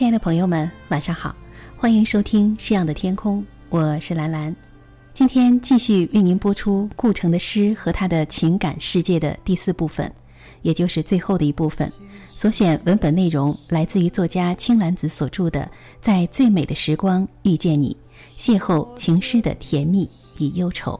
亲爱的朋友们，晚上好，欢迎收听诗样的天空，我是兰兰。今天继续为您播出顾城的诗和他的情感世界的第4部分，也就是最后的一部分。所选文本内容来自于作家青兰子所著的《在最美的时光遇见你》，邂逅情诗的甜蜜与忧愁。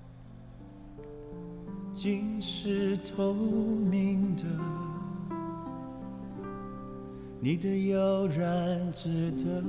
竟是透明的，你的悠然自得。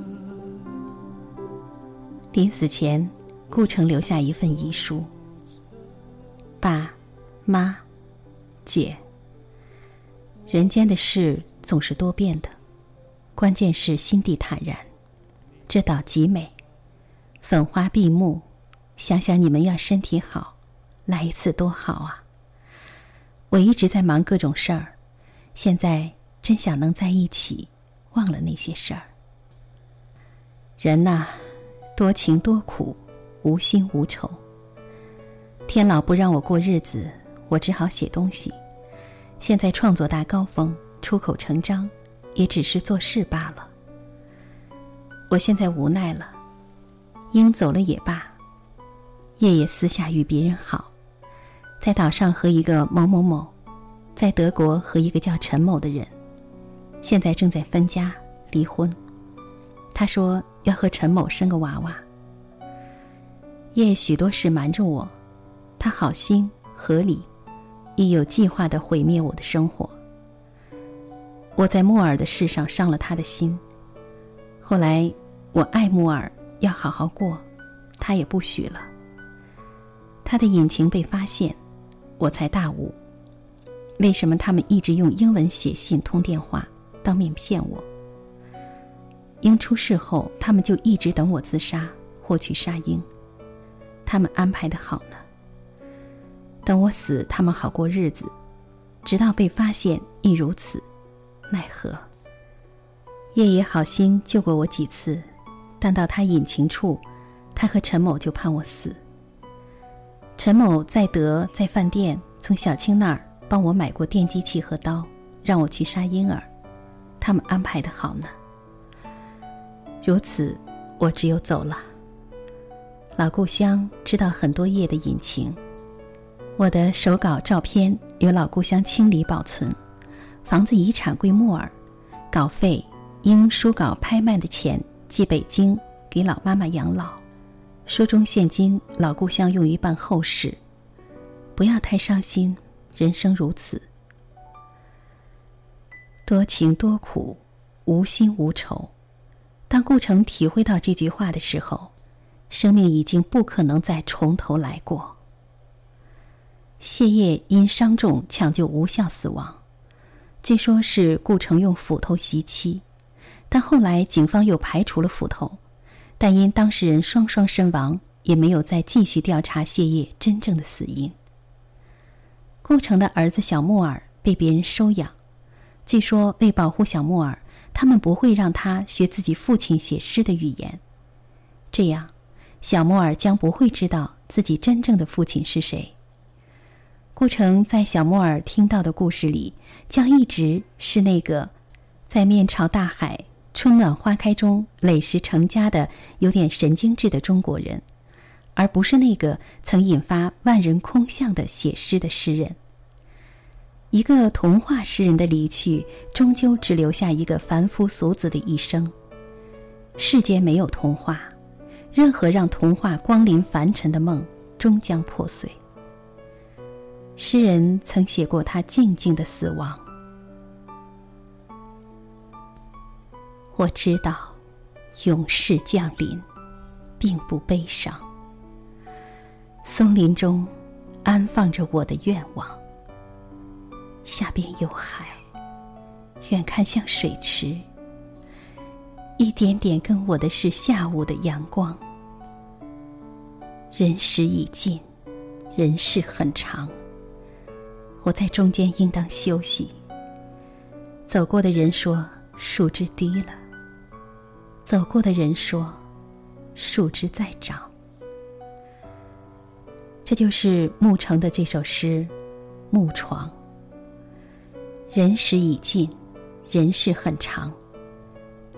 临死前，顾城留下一份遗书：爸妈姐，人间的事总是多变的，关键是心地坦然。这岛极美，粉花闭目，想想你们要身体好，来一次多好啊！我一直在忙各种事儿，现在真想能在一起，忘了那些事儿。人呐，多情多苦，无心无愁。天老不让我过日子，我只好写东西。现在创作大高峰，出口成章，也只是做事罢了。我现在无奈了，鹰走了也罢。夜夜私下与别人好，在岛上和一个某某某，在德国和一个叫陈某的人，现在正在分家离婚。他说要和陈某生个娃娃。夜许多事瞒着我，他好心合理，亦有计划地毁灭我的生活。我在木耳的事上伤了他的心，后来我爱木耳，要好好过，他也不许了。他的隐情被发现，我才大悟，为什么他们一直用英文写信通电话，当面骗我。鹰出事后，他们就一直等我自杀或去杀鹰，他们安排得好呢。等我死，他们好过日子，直到被发现亦如此，奈何。夜爷好心救过我几次，但到他隐情处，他和陈某就盼我死。陈某在德在饭店从小青那儿帮我买过电击器和刀，让我去杀婴儿，他们安排得好呢。如此，我只有走了。老故乡知道很多夜的隐情，我的手稿照片由老故乡清理保存，房子遗产归木耳，稿费因书稿拍卖的钱寄北京给老妈妈养老，书中现金老故乡用于办后事。不要太伤心，人生如此，多情多苦，无心无愁。当顾城体会到这句话的时候，生命已经不可能再从头来过。谢烨因伤重抢救无效死亡，据说是顾城用斧头袭击，但后来警方又排除了斧头，但因当事人双双身亡，也没有再继续调查谢烨真正的死因。顾城的儿子小木耳被别人收养，据说为保护小木耳，他们不会让他学自己父亲写诗的语言，这样小木耳将不会知道自己真正的父亲是谁。顾城在小木耳听到的故事里，将一直是那个在面朝大海春暖花开中垒石成家的有点神经质的中国人，而不是那个曾引发万人空巷的写诗的诗人。一个童话诗人的离去，终究只留下一个凡夫俗子的一生。世间没有童话，任何让童话光临凡尘的梦终将破碎。诗人曾写过他静静的死亡。我知道永世降临并不悲伤，松林中安放着我的愿望，下边有海，远看像水池，一点点跟我的是下午的阳光。人时已尽，人世很长，我在中间应当休息。走过的人说树枝低了，走过的人说树枝在长。这就是牧城的这首诗《木床》。人时已尽，人世很长，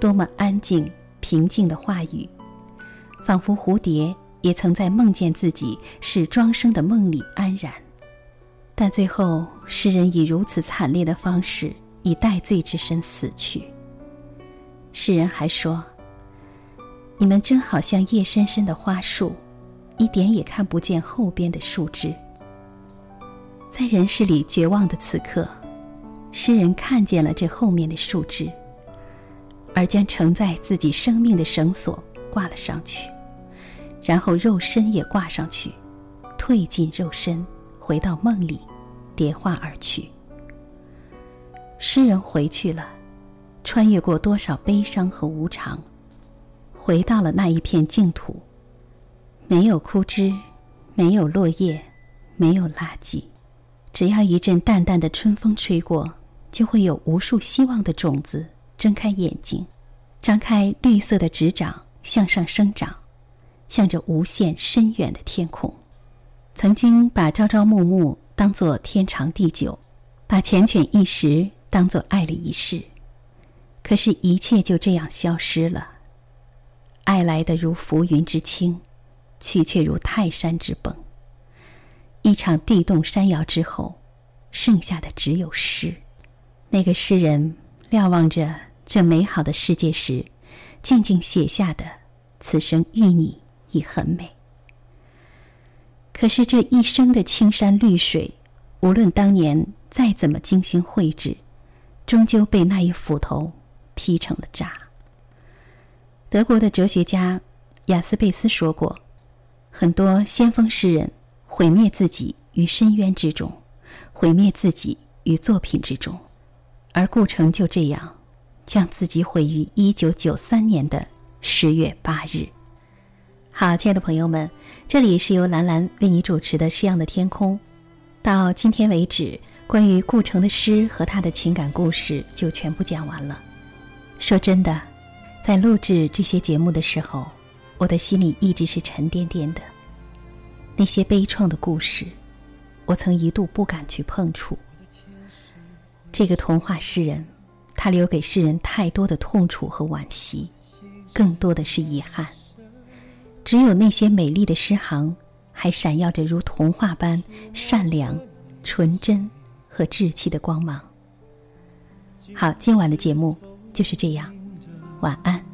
多么安静平静的话语，仿佛蝴蝶也曾在梦见自己是庄生的梦里安然。但最后诗人以如此惨烈的方式以戴罪之身死去。诗人还说，你们真好像夜深深的花树，一点也看不见后边的树枝。在人世里绝望的此刻，诗人看见了这后面的树枝，而将承载自己生命的绳索挂了上去，然后肉身也挂上去，退进肉身，回到梦里，叠化而去。诗人回去了，穿越过多少悲伤和无常，回到了那一片净土，没有枯枝，没有落叶，没有垃圾，只要一阵淡淡的春风吹过，就会有无数希望的种子睁开眼睛，张开绿色的指掌向上生长，向着无限深远的天空。曾经把朝朝暮暮当作天长地久，把缱绻一时当作爱了一世，可是一切就这样消失了。爱来的如浮云之轻，去却如泰山之崩。一场地动山摇之后，剩下的只有诗。那个诗人瞭望着这美好的世界时，静静写下的此生遇你已很美。可是这一生的青山绿水，无论当年再怎么精心绘制，终究被那一斧头劈成了渣。德国的哲学家雅斯贝斯说过，很多先锋诗人毁灭自己于深渊之中，毁灭自己于作品之中，而顾城就这样将自己毁于1993年的10月8日。好，亲爱的朋友们，这里是由兰兰为你主持的诗样的天空。到今天为止，关于顾城的诗和他的情感故事就全部讲完了。说真的，在录制这些节目的时候，我的心里一直是沉甸甸的。那些悲怆的故事，我曾一度不敢去碰触。这个童话诗人，他留给世人太多的痛楚和惋惜，更多的是遗憾。只有那些美丽的诗行，还闪耀着如童话般善良、纯真和稚气的光芒。好，今晚的节目就是这样，晚安。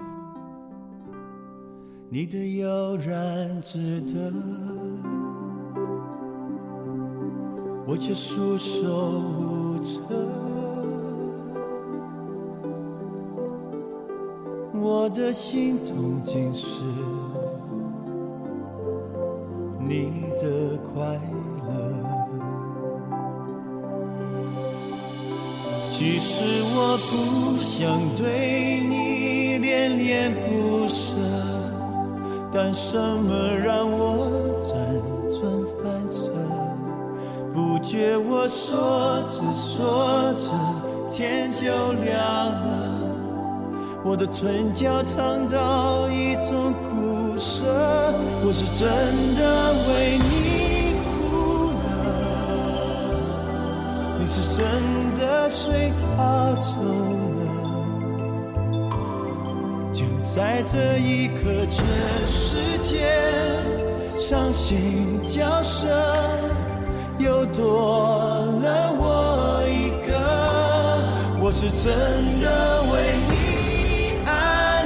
你的悠然自得，我却束手无策。我的心痛竟是你的快乐。其实我不想对你恋恋不舍，但什么让我辗转反侧？不觉我说着说着天就亮了，我的唇角尝到一种苦涩。我是真的为你哭了，你是真的随他走了。就在这一刻，全世界伤心叫声又多了我一个。我是真的为你爱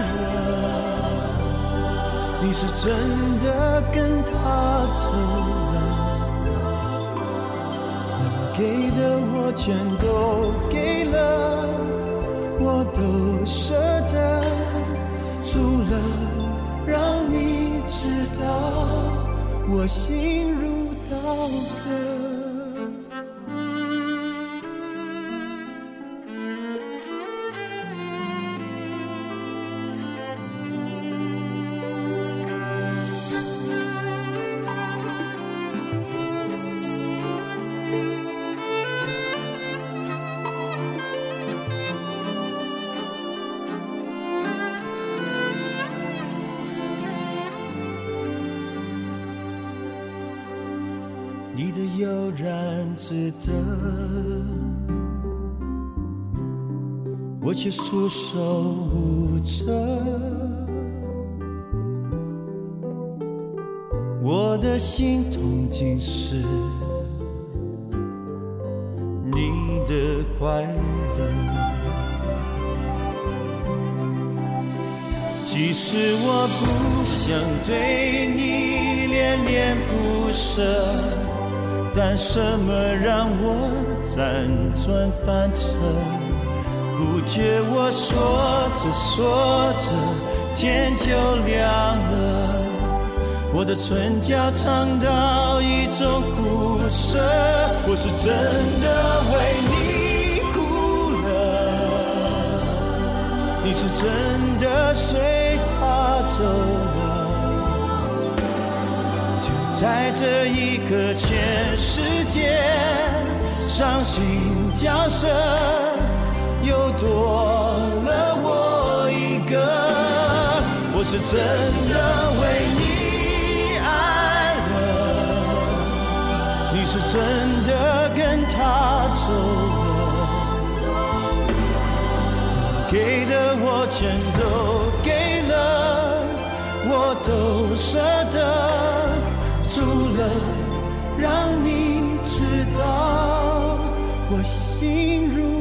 了，你是真的跟他走了。能给的我全都给了，我都舍得，除了让你知道我心如刀割。你的悠然自得， 我却束手无策。我的心痛竟是你的快乐，其实我不想对你恋恋不舍，但什么让我辗转反侧？不觉我说着说着天就亮了，我的唇角尝到一种苦涩，我是真的为你哭了，你是真的随他走了，就在这一刻全世界伤心角色又多了我一个，我是真的为你爱了，你是真的跟他走了，给的我全都给了，我都舍得，除了让你知道我心如